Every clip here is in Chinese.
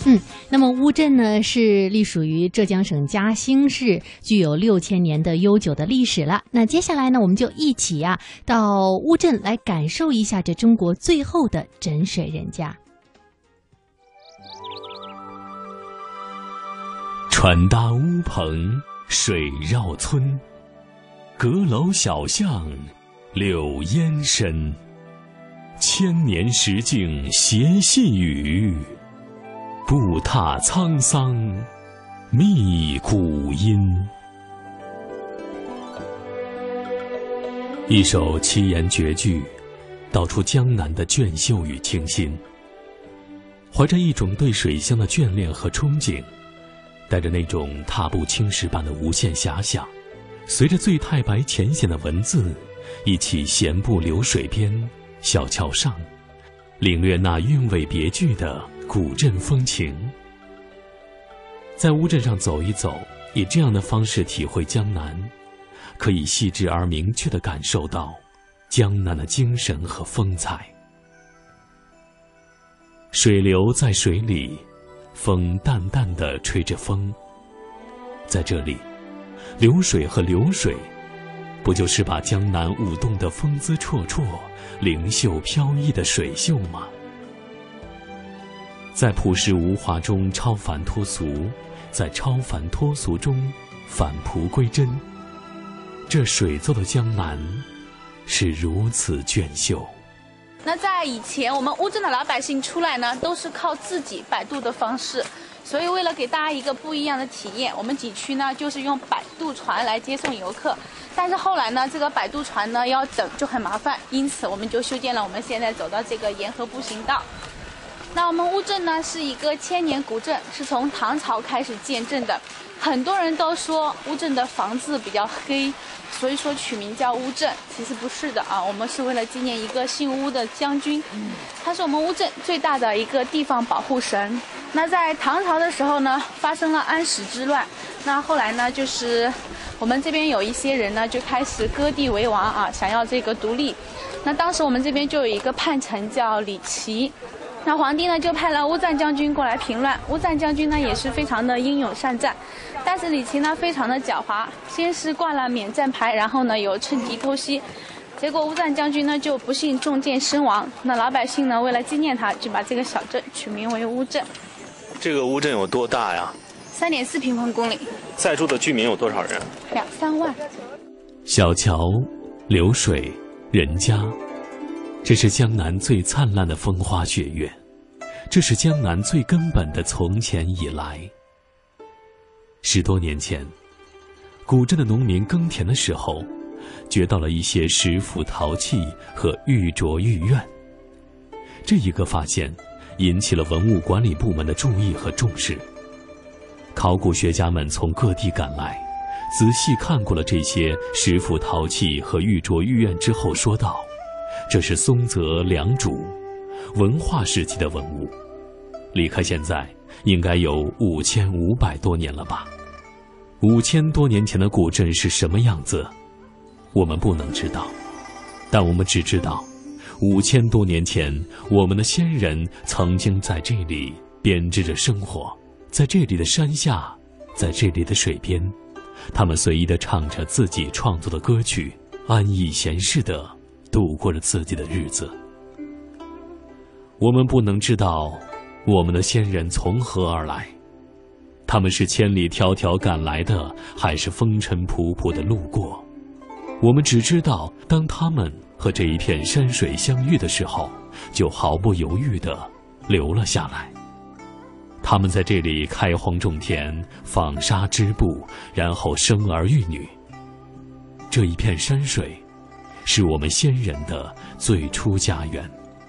那么乌镇呢是隶属于浙江省嘉兴市，具有6000年的悠久的历史了。那接下来呢，我们就一起到乌镇来感受一下这中国最后的枕水人家。 船搭乌篷水绕村，阁楼小巷柳烟深。千年石径斜细雨，步踏沧桑觅古音。一首七言绝句，道出江南的隽秀与清新。怀着一种对水乡的眷恋和憧憬，带着那种踏步青石般的无限遐想，随着最太白浅显的文字，一起闲步流水边小桥上，领略那韵味别具的古镇风情。在乌镇上走一走，以这样的方式体会江南，可以细致而明确地感受到江南的精神和风采。水流在水里，风淡淡地吹着风。在这里，流水和流水不就是把江南舞动的风姿绰绰、灵秀飘逸的水秀吗？在朴实无华中超凡脱俗，在超凡脱俗中返璞归真，这水奏的江南是如此隽秀。 那在以前，我们乌镇的老百姓出来呢，都是靠自己摆渡的方式。所以为了给大家一个不一样的体验，我们景区呢就是用摆渡船来接送游客。但是后来呢，这个摆渡船呢要等就很麻烦，因此我们就修建了我们现在走到这个沿河步行道。那我们乌镇呢是一个千年古镇，是从唐朝开始建镇的。很多人都说乌镇的房子比较黑，所以说取名叫乌镇。其实不是的啊，我们是为了纪念一个姓乌的将军，他是我们乌镇最大的一个地方保护神。那在唐朝的时候呢，发生了安史之乱。那后来呢，就是我们这边有一些人呢就开始割地为王啊，想要这个独立。那当时我们这边就有一个叛臣叫李琦。那皇帝呢就派了乌赞将军过来平乱，乌赞将军呢也是非常的英勇善战，但是李琦呢非常的狡猾，先是挂了免战牌，然后呢又趁机偷袭，结果乌赞将军呢就不幸中箭身亡。那老百姓呢为了纪念他，就把这个小镇取名为乌镇。 这个乌镇有多大呀 ？3.4平方公里。 在住的居民有多少人 ？2-3万。 小桥、流水、人家，这是江南最灿烂的风花雪月，这是江南最根本的从前以来。10多年前，古镇的农民耕田的时候，掘到了一些石斧陶器和玉镯玉苑。这一个发现引起了文物管理部门的注意和重视。考古学家们从各地赶来，仔细看过了这些石斧陶器和玉镯玉苑之后说道，这是松泽良渚文化时期的文物，离开现在应该有5500多年了吧。5000多年前的古镇是什么样子，我们不能知道，但我们只知道5000多年前我们的先人曾经在这里编织着生活，在这里的山下，在这里的水边，他们随意地唱着自己创作的歌曲，安逸闲适地度过着自己的日子。我们不能知道我们的先人从何而来，他们是千里迢迢赶来的，还是风尘仆仆的路过。我们只知道，当他们和这一片山水相遇的时候，就毫不犹豫地留了下来。他们在这里开荒种田，纺纱织布，然后生儿育女。这一片山水是我们先人的最初家园。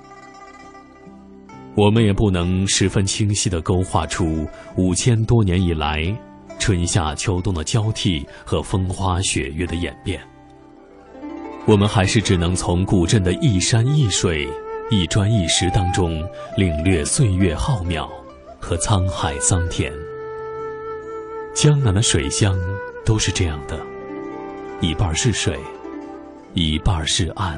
我们也不能十分清晰地勾画出5000多年以来春夏秋冬的交替和风花雪月的演变，我们还是只能从古镇的一山一水、一砖一石当中领略岁月浩渺和沧海桑田。江南的水乡都是这样的，一半是水，一半是岸。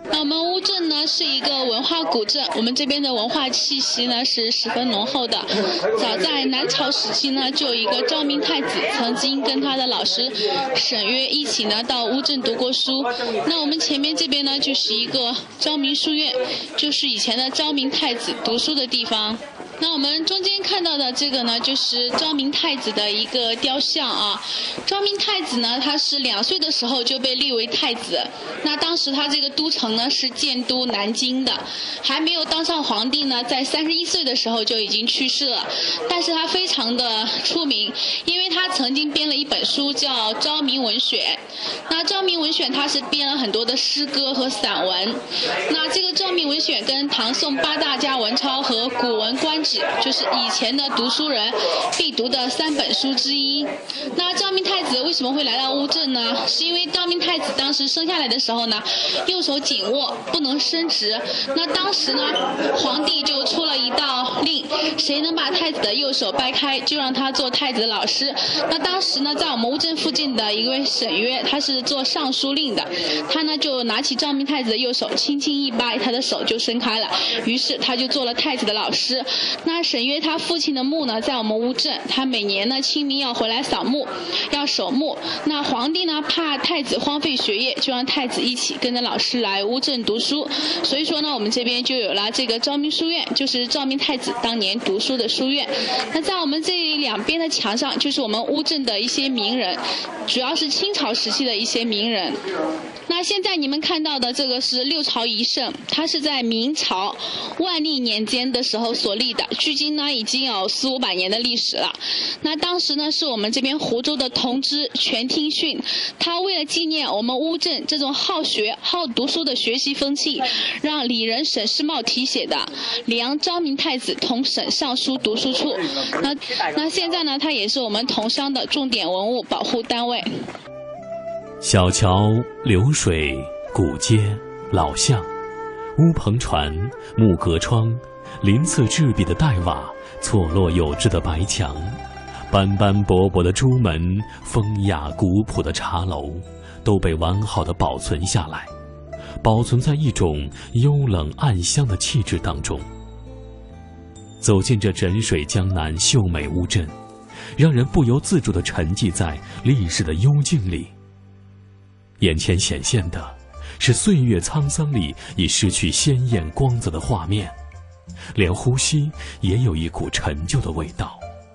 那我们乌镇呢是一个文化古镇，我们这边的文化气息呢是十分浓厚的。早在南朝时期呢，就有一个昭明太子曾经跟他的老师沈约一起呢到乌镇读过书。那我们前面这边呢就是一个昭明书院，就是以前的昭明太子读书的地方。那我们中间看到的这个呢，就是昭明太子的一个雕像啊。昭明太子呢，他是2岁的时候就被立为太子。那当时他这个都城呢是建都南京的，还没有当上皇帝呢，在31岁的时候就已经去世了。但是他非常的出名，因为他曾经编了一本书叫《昭明文选》。那《昭明文选》他是编了很多的诗歌和散文。那这个《昭明文选》跟唐宋8大家文钞和《古文观止》就是以前的读书人必读的3本书之一。那昭明太子为什么会来到乌镇呢？是因为昭明太子当时生下来的时候呢，右手紧握，不能伸直。那当时呢，皇帝就出了一道令，谁能把太子的右手掰开，就让他做太子的老师。那当时呢，在我们乌镇附近的一位沈约，他是做尚书令的，他呢就拿起昭明太子的右手，轻轻一掰，他的手就伸开了。于是他就做了太子的老师。那沈约他父亲的墓呢，在我们乌镇，他每年呢清明要回来扫墓，要守墓。那皇帝呢怕太子荒废学业，就让太子一起跟着老师来乌镇读书。所以说呢，我们这边就有了这个昭明书院，就是昭明太子当年读书的书院。那在我们这2边的墙上，就是我们乌镇的一些名人，主要是清朝时期的一些名人。那现在你们看到的这个是6朝遗圣，它是在明朝万历年间的时候所立的，距今呢已经有400-500年的历史了。那当时呢是我们这边湖州的同知全听训，他为了纪念我们乌镇这种好学好读书的学习风气，让里人沈世茂题写的《梁昭明太子同省尚书读书处》。那现在呢，它也是我们桐乡的重点文物保护单位。 小桥流水古街老巷，乌篷船木格窗，鳞次栉比的黛瓦，错落有致的白墙，斑斑驳驳的朱门，风雅古朴的茶楼，都被完好的保存下来，保存在一种幽冷暗香的气质当中。走进这枕水江南秀美乌镇，让人不由自主地沉寂在历史的幽静里。眼前显现的是岁月沧桑里已失去鲜艳光泽的画面，连呼吸也有一股陈旧的味道。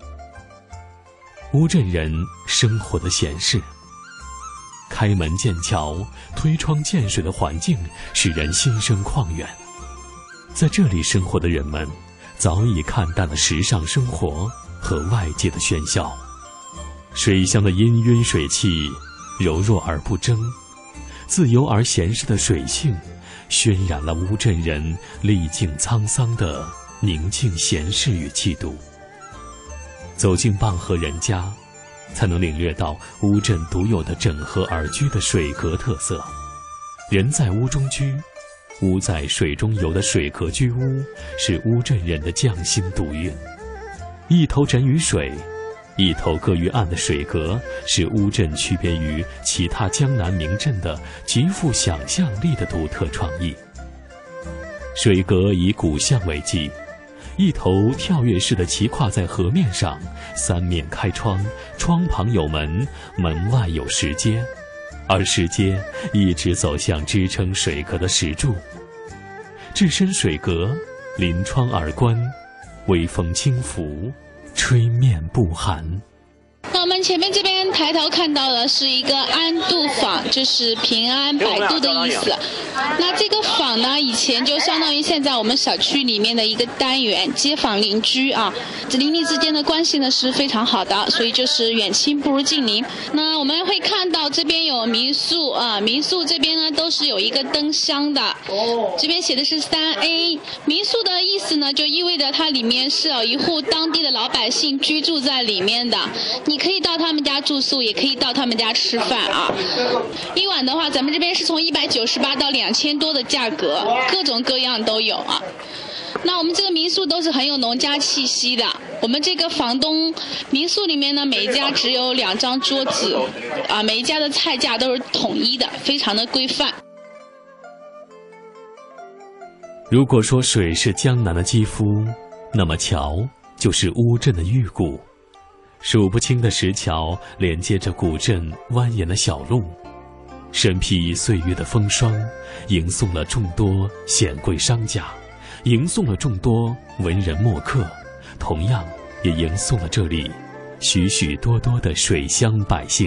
乌镇人生活的闲适，开门见桥推窗见水的环境使人心生旷远。在这里生活的人们早已看淡了时尚生活和外界的喧嚣，水乡的氤氲水汽柔弱而不争，自由而闲适的水性渲染了乌镇人历尽沧桑的宁静闲适与气度。走进傍河人家，才能领略到乌镇独有的整河而居的水阁特色。人在屋中居，屋在水中游的水阁居屋是乌镇人的匠心独运。一头枕于水，一头搁于岸的水阁，是乌镇区别于其他江南名镇的极富想象力的独特创意。水阁以古巷为基，一头跳跃式的骑跨在河面上，3面开窗，窗旁有门，门外有石阶，而石阶一直走向支撑水阁的石柱。置身水阁，临窗而观，微风轻拂，吹面不寒。 那我们前面这边抬头看到的是一个安度坊，就是平安百度的意思。那这个坊呢，以前就相当于现在我们小区里面的一个单元，街坊邻居啊，邻里之间的关系呢是非常好的，所以就是远亲不如近邻。那我们会看到这边有民宿啊，民宿这边呢都是有一个灯箱的，这边写的是3A。民宿的意思呢，就意味着它里面是有一户当地的老百姓居住在里面的，你可以到他们家住宿，也可以到他们家吃饭啊。一晚的话，咱们这边是从198到2000多的价格，各种各样都有啊。那我们这个民宿都是很有农家气息的。我们这个房东民宿里面呢，每一家只有2张桌子，啊，每一家的菜价都是统一的，非常的规范。 如果说水是江南的肌肤，那么桥就是乌镇的玉骨。数不清的石桥连接着古镇蜿蜒的小路，身披岁月的风霜，迎送了众多显贵商家，迎送了众多文人墨客，同样也迎送了这里许许多多的水乡百姓。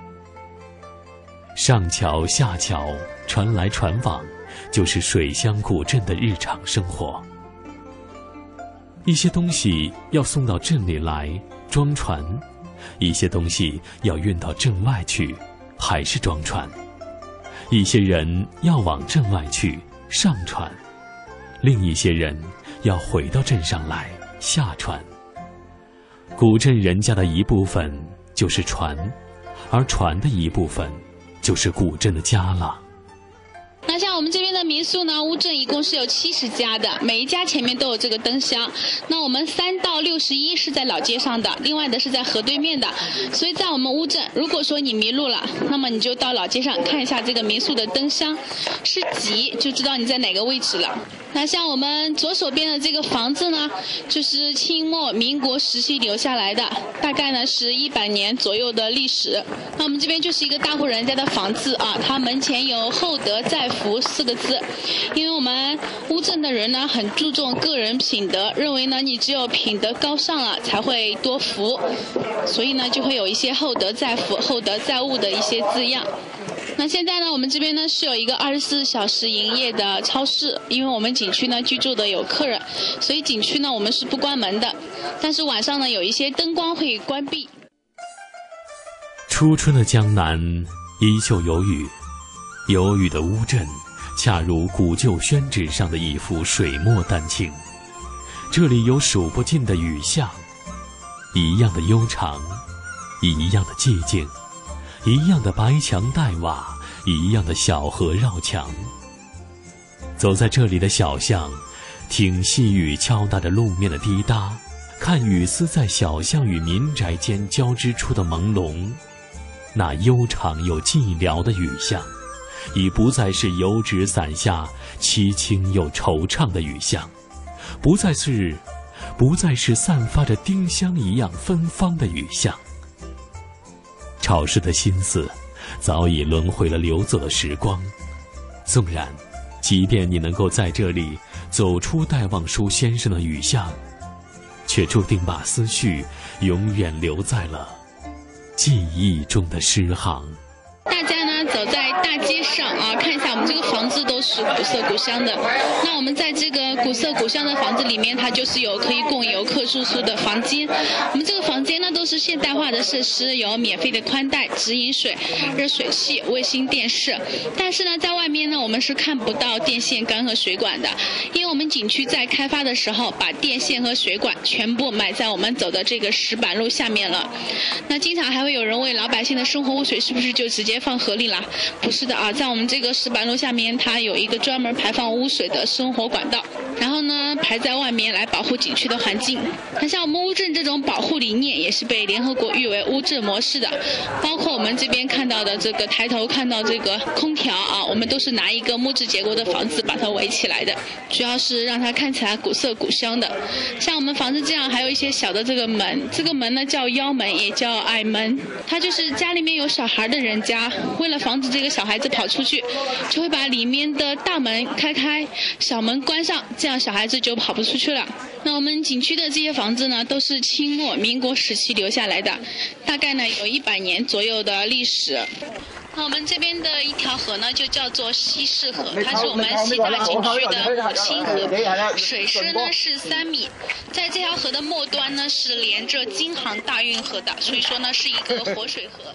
上桥下桥，船来船往，就是水乡古镇的日常生活。一些东西要送到镇里来装船，一些东西要运到镇外去还是装船，一些人要往镇外去上船，另一些人要回到镇上来下船。古镇人家的一部分就是船，而船的一部分就是古镇的家了。 那像我们这边的民宿呢，乌镇一共是有70家的，每一家前面都有这个灯箱。那我们3到61是在老街上的，另外的是在河对面的。所以在我们乌镇，如果说你迷路了，那么你就到老街上看一下这个民宿的灯箱是几，就知道你在哪个位置了。那像我们左手边的这个房子呢，就是清末民国时期留下来的，大概呢是100年左右的历史。那我们这边就是一个大户人家的房子啊，它门前有厚德载福4个字。因为我们乌镇的人呢很注重个人品德，认为呢你只有品德高尚了才会多福，所以呢就会有一些厚德载福、厚德载物的一些字样。那现在呢，我们这边呢是有一个24小时营业的超市，因为我们景区呢居住的有客人，所以景区呢我们是不关门的，但是晚上呢有一些灯光会关闭。 初春的江南依旧有雨，有雨的乌镇恰如古旧宣纸上的一幅水墨丹青，这里有数不尽的雨巷，一样的悠长，一样的寂静，一样的白墙黛瓦，一样的小河绕墙。走在这里的小巷，听细雨敲打着路面的滴答，看雨丝在小巷与民宅间交织出的朦胧。那悠长又寂寥的雨巷，已不再是油纸伞下凄清又惆怅的雨巷，不再是散发着丁香一样芬芳的雨巷。潮湿的心思早已轮回了流走的时光，纵然即便你能够在这里走出戴望舒先生的雨巷，却注定把思绪永远留在了记忆中的诗行。 大家呢走在大街上啊，看一下我们这个房子都是古色古香的。那我们在这个古色古香的房子里面，它就是有可以供游客住宿的房间。我们这个房间呢都是现代化的设施，有免费的宽带、直饮水、热水器、卫星电视。但是呢，在外面呢我们是看不到电线杆和水管的，因为我们景区在开发的时候把电线和水管全部埋在我们走的这个石板路下面了。那经常还会有人问老百姓的生活污水是不是就直接放河里啦？不是的啊，在我们这个石板路下面，它有一个专门排放污水的生活管道，然后呢排在外面来保护景区的环境。那像我们乌镇这种保护理念也是被联合国誉为乌镇模式的，包括我们这边看到的这个抬头看到这个空调啊，我们都是拿一个木质结构的房子把它围起来的，主要是让它看起来古色古香的。像我们房子这样还有一些小的这个门，这个门呢叫腰门也叫矮门，它就是家里面有小孩的人家为了防止这个小孩子跑出去，就会把里面的大门开，小门关上，这样小孩子就跑不出去了。那我们景区的这些房子呢都是清末民国时期留下来的，大概呢有100年左右的历史。那我们这边的一条河呢就叫做西市河，它是我们西大景区的母亲河，水深呢是3米，在这条河的末端呢是连着京杭大运河的，所以说呢是一个活水河。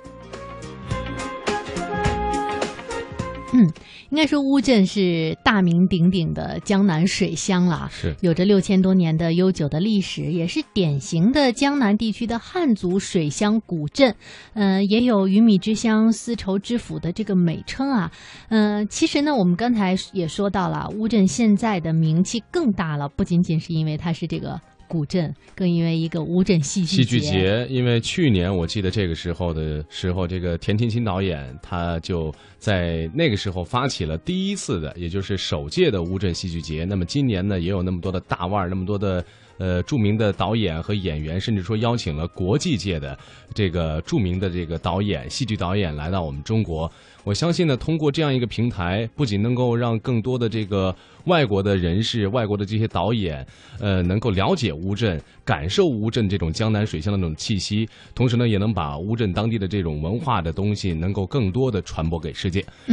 应该说乌镇是大名鼎鼎的江南水乡啦， 是有着6000多年的悠久的历史，也是典型的江南地区的汉族水乡古镇。也有鱼米之乡、丝绸之府的这个美称啊。其实呢，我们刚才也说到了，乌镇现在的名气更大了，不仅仅是因为它是这个古镇，更因为一个乌镇戏剧节。 因为去年我记得这个时候，这个田庭新导演他就在那个时候发起了第一次的，也就是首届的乌镇戏剧节。那么今年呢，也有那么多的大腕，那么多的著名的导演和演员，甚至说邀请了国际界的这个著名的这个导演、戏剧导演来到我们中国。我相信呢，通过这样一个平台，不仅能够让更多的这个外国的人士、外国的这些导演，能够了解乌镇，感受乌镇这种江南水乡的那种气息，同时呢，也能把乌镇当地的这种文化的东西，能够更多的传播给世界。